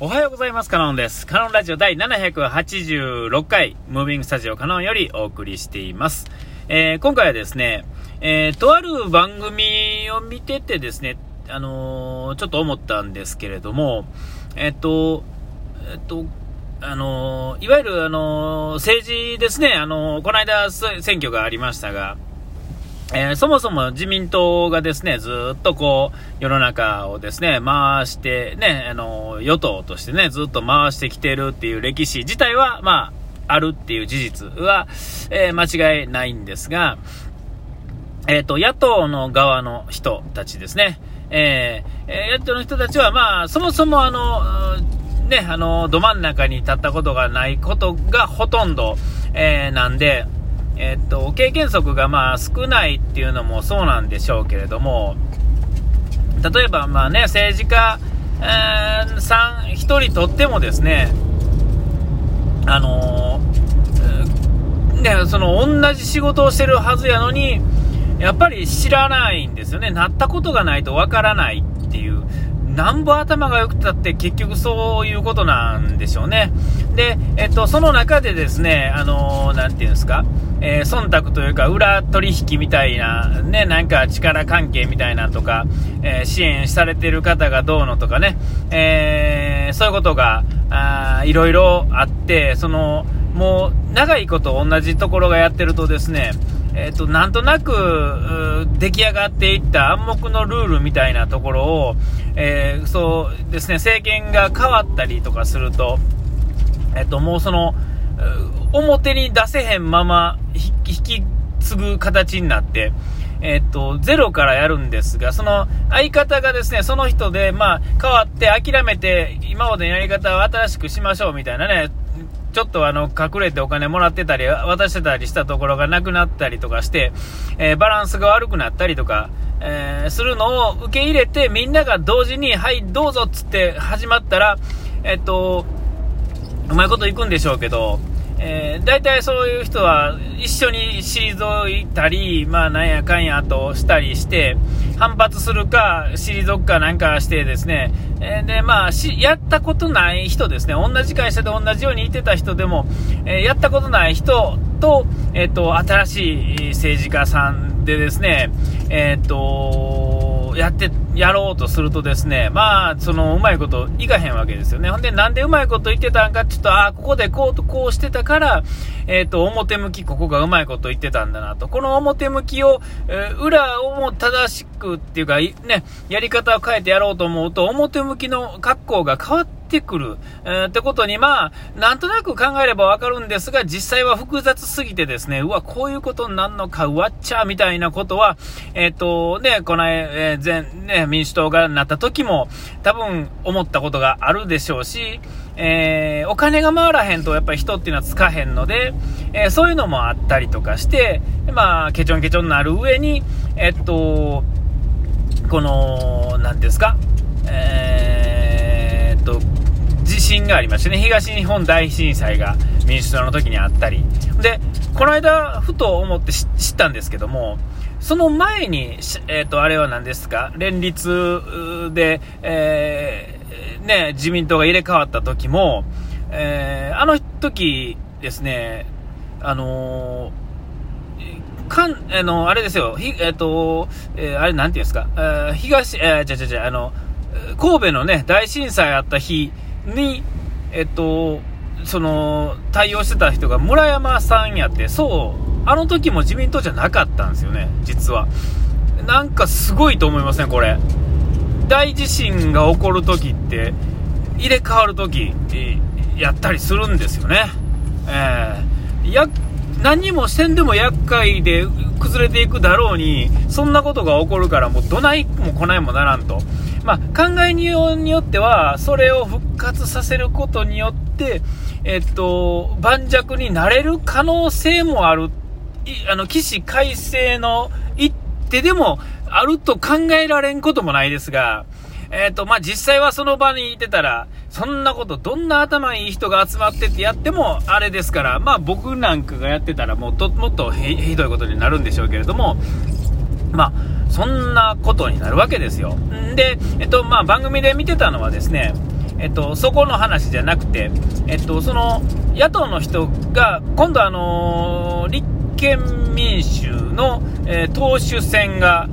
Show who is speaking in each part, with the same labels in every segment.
Speaker 1: おはようございます。カノンです。カノンラジオ第786回ムービングスタジオカノンよりお送りしています。今回はですね、とある番組を見ててですね、ちょっと思ったんですけれども、いわゆる政治ですね、この間選挙がありましたが、そもそも自民党がですね、ずっとこう世の中をですね回してね、与党としてねずっと回してきてるっていう歴史自体はあるっていう事実は、間違いないんですが、野党の側の人たちですね、野党の人たちはそもそもど真ん中に立ったことがないことがほとんど、なんで、経験則が少ないっていうのもそうなんでしょうけれども、例えば政治家、1人とってもですね、その同じ仕事をしてるはずやのにやっぱり知らないんですよね。なったことがないとわからないっていう、なんぼ頭が良くたって結局そういうことなんでしょうね。で、その中でですね、なんていうんですか、忖度というか裏取引みたいなね、なんか力関係みたいなとか、支援されてる方がどうのとかね、そういうことがいろいろあって、もう長いこと同じところがやってるとですね、なんとなく出来上がっていった暗黙のルールみたいなところを、そうですね、政権が変わったりとかすると、もう表に出せへんまま引き継ぐ形になって、ゼロからやるんですが、その相方がですね、その人で変わって諦めて今までのやり方を新しくしましょうみたいなね、ちょっと隠れてお金もらってたり渡してたりしたところがなくなったりとかして、バランスが悪くなったりとか、するのを受け入れて、みんなが同時にはいどうぞっつって始まったら、うまいこといくんでしょうけど、大体そういう人は一緒に退いたり、なんやかんやとしたりして反発するか退くかなんかしてですね、でやったことない人ですね、同じ会社で同じようにいてた人でも、やったことない人と、新しい政治家さんでですね、やろうとするとですね、うまいこといかへんわけですよね。ほんで、なんでうまいこと言ってたんか、ちょっとここでこうしてたから、表向きここがうまいこと言ってたんだなと、この表向きを、裏をも正しくっていうかね、やり方を変えてやろうと思うと表向きの格好が変わってくる、ってことになんとなく考えればわかるんですが、実際は複雑すぎてですね、こういうことになるのか、わっちゃみたいなことはこの民主党がなった時も多分思ったことがあるでしょうし、お金が回らへんとやっぱり人っていうのはつかへんので、そういうのもあったりとかして、ケチョンケチョンになる上にこの何ですか、地震がありましてね、東日本大震災が民主党の時にあったりで、この間ふと思って知ったんですけども、その前にあれは何ですか、連立で、自民党が入れ替わった時も、あの時ですね、あれですよ、あれなんていうんですか、神戸のね大震災あった日に対応してた人が村山さんやって、あの時も自民党じゃなかったんですよね、実は。なんかすごいと思いません？これ大地震が起こる時って入れ替わる時やったりするんですよね。何もしてんでも厄介で崩れていくだろうに、そんなことが起こるからもうどないもこないもならんと、考えによってはそれを復活させることによって盤石になれる可能性もある、起死回生の一手でもあると考えられんこともないですが、実際はその場にいてたらそんなことどんな頭いい人が集まっててやってもあれですから、僕なんかがやってたらもっとひどいことになるんでしょうけれども、そんなことになるわけですよ。で、番組で見てたのはですね、 そこの話じゃなくて、その野党の人が今度立憲民主の、党首選が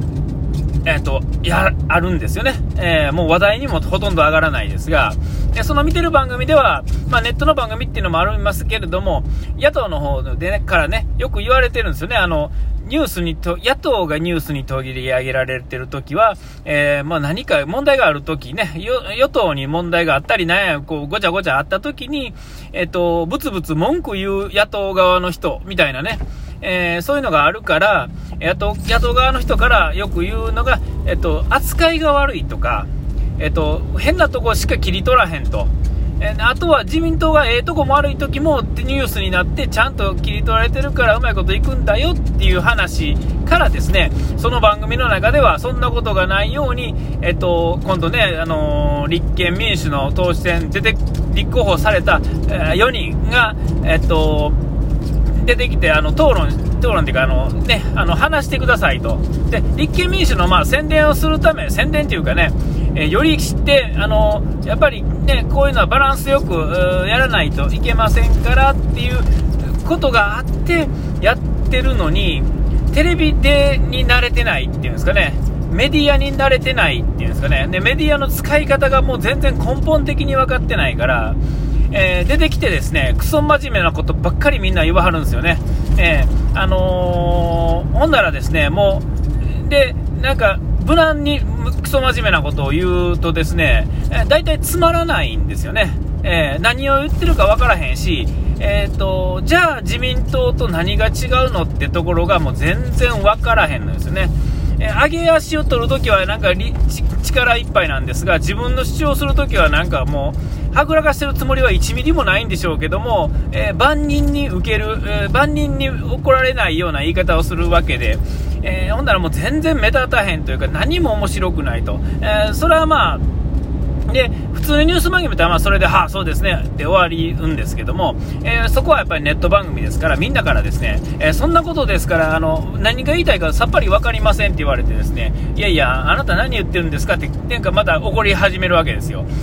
Speaker 1: あるんですよね。もう話題にもほとんど上がらないですが、その見てる番組では、ネットの番組っていうのもありますけれども、野党の方で、ね、からね、よく言われてるんですよね。ニュースに野党がニュースに取り上げられてるときは、何か問題があるときね、与党に問題があったり、ごちゃごちゃあったときに、ブツブツ文句言う野党側の人みたいなね、そういうのがあるから、野党側の人からよく言うのが、扱いが悪いとか、変なとこしか切り取らへんと。あとは自民党がとこも悪い時もニュースになってちゃんと切り取られてるからうまいこといくんだよっていう話からですね、その番組の中ではそんなことがないように、今度ね、立憲民主の党首選立候補された、4人が、出てきて討論っていうか話してくださいと。で立憲民主の宣伝をするため、宣伝っていうかね、より知ってやっぱりね、こういうのはバランスよくやらないといけませんからっていうことがあってやってるのに、テレビに慣れてないっていうんですかね、メディアに慣れてないっていうんですかね、でメディアの使い方がもう全然根本的に分かってないから、出てきてですね、クソ真面目なことばっかりみんな言わはるんですよね。ほんならですね、もうでなんか無難にクソ真面目なことを言うとですね、だいたいつまらないんですよね。何を言ってるか分からへんし、じゃあ自民党と何が違うのってところがもう全然分からへんのですよね。上げ足を取るときはなんか力いっぱいなんですが、自分の主張するときはなんかもうはぐらかしてるつもりは1ミリもないんでしょうけども、万人に受ける、万人に怒られないような言い方をするわけで、ほんならもう全然目立たへんというか何も面白くないと。それはで普通のニュース番組ってそれでそうですねで終わりんですけども、そこはやっぱりネット番組ですから、みんなからですね、そんなことですから何が言いたいかさっぱり分かりませんって言われてですね、いやいやあなた何言ってるんですかってなんかまた怒り始めるわけですよ。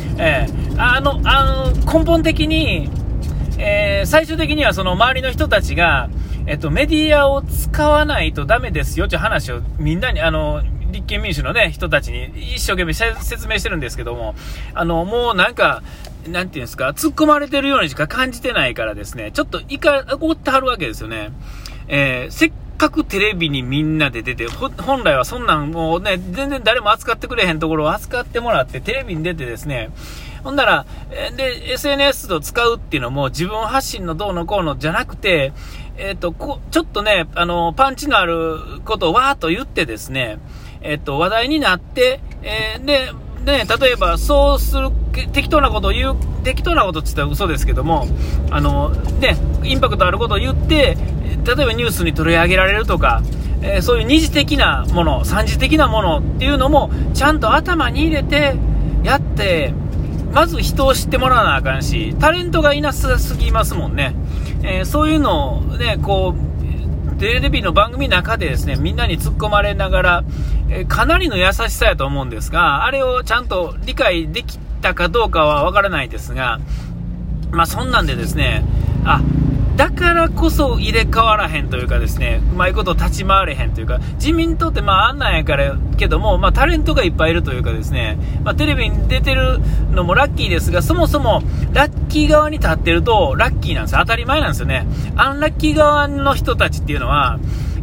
Speaker 1: 根本的に、最終的にはその周りの人たちが、メディアを使わないとダメですよという話をみんなに立憲民主の、ね、人たちに一生懸命説明してるんですけども、もうなんていうんですか、突っ込まれてるようにしか感じてないからですね、ちょっと怒ってはるわけですよね。せっかくテレビにみんなで出て、本来はそんなんもうね、全然誰も扱ってくれへんところを扱ってもらってテレビに出てですね、ほんならで SNS を使うっていうのも自分発信のどうのこうのじゃなくて、ちょっとねパンチのあることをわーっと言ってですね、話題になって、で例えばそうする適当なことって言ったら嘘ですけども、インパクトあることを言って例えばニュースに取り上げられるとか、そういう二次的なもの三次的なものっていうのもちゃんと頭に入れてやって、まず人を知ってもらわなあかんし、タレントがいなさすぎますもんね。そういうのをねテレビの番組の中でですね、みんなに突っ込まれながら、かなりの優しさやと思うんですが、あれをちゃんと理解できたかどうかはわからないですが、そんなんでですね、だからこそ入れ替わらへんというかですね、うまいこと立ち回れへんというか、自民党ってあんなんやからけども、タレントがいっぱいいるというかですね、テレビに出てるのもラッキーですが、そもそもラッキー側に立ってるとラッキーなんですよ。当たり前なんですよね。アンラッキー側の人たちっていうのは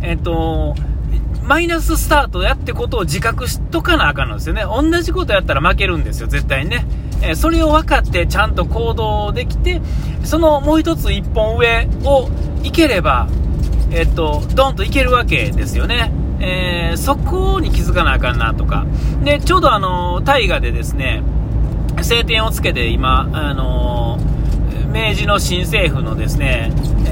Speaker 1: マイナススタートやってことを自覚しとかなあかんのですよね。同じことやったら負けるんですよ、絶対にね。それを分かってちゃんと行動できて、そのもう一つ一本上をいければ、ドンといけるわけですよね。そこに気づかなあかんなとかで、ちょうど大河でですね晴天をつけて今明治の新政府のですね、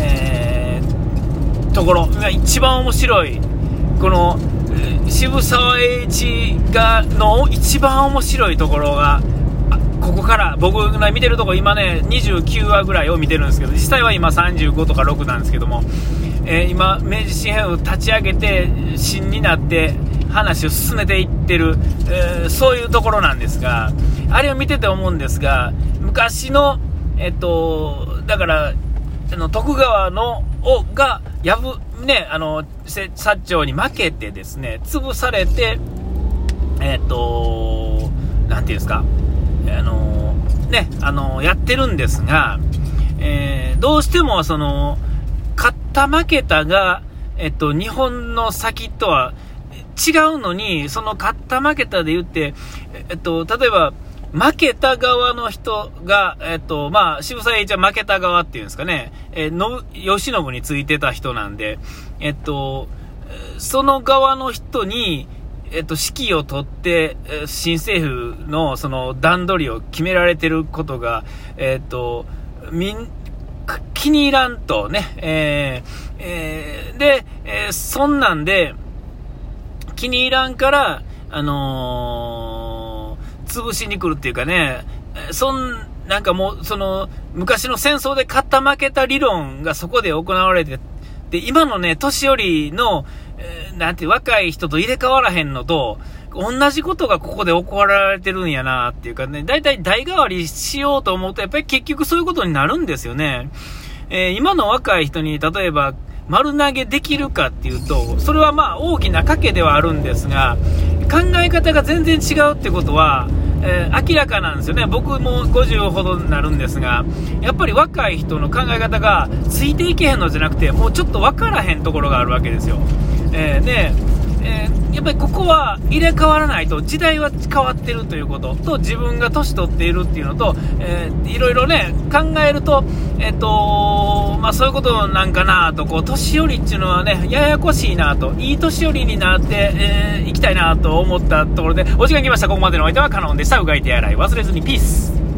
Speaker 1: ところが一番面白い、この渋沢栄一の一番面白いところが、ここから僕が見てるところ今ね29話ぐらいを見てるんですけど、実際は今35とか6なんですけども、今明治新政府を立ち上げて新になって話を進めていってる、そういうところなんですが、 あれを見てて思うんですが、昔の、だから、徳川のがね、薩長に負けてですね、潰されて、なんていうんですか、ね、やってるんですが、どうしてもその勝った負けたが、日本の先とは違うのに、その勝った負けたで言って、例えば負けた側の人が、渋沢栄一は負けた側っていうんですかね、慶喜についてた人なんで、その側の人に、指揮を取って、新政府のその段取りを決められてることが、気に入らんとね、で、そんなんで、気に入らんから、潰しに来るっていうかね、なんかもう、昔の戦争で勝った負けた理論がそこで行われて、で、今のね、年寄りの、なんて若い人と入れ替わらへんのと、同じことがここで行われてるんやなっていうかね、だいたい代替わりしようと思うと、やっぱり結局そういうことになるんですよね。今の若い人に、例えば、丸投げできるかっていうと、それはまあ大きな賭けではあるんですが、考え方が全然違うってことは、明らかなんですよね。僕も50ほどになるんですが、やっぱり若い人の考え方がついていけへんのじゃなくて、もうちょっと分からへんところがあるわけですよ。で、やっぱりここは入れ替わらないと、時代は変わってるということと、自分が年取っているっていうのと、いろいろね考えると、そういうことなんかなと、こう年寄りっていうのはね、ややこしいなと、いい年寄りになって、いきたいなと思ったところで、お時間来ました。ここまでのお相手はカノンでした。うがい手洗い忘れずに。ピース。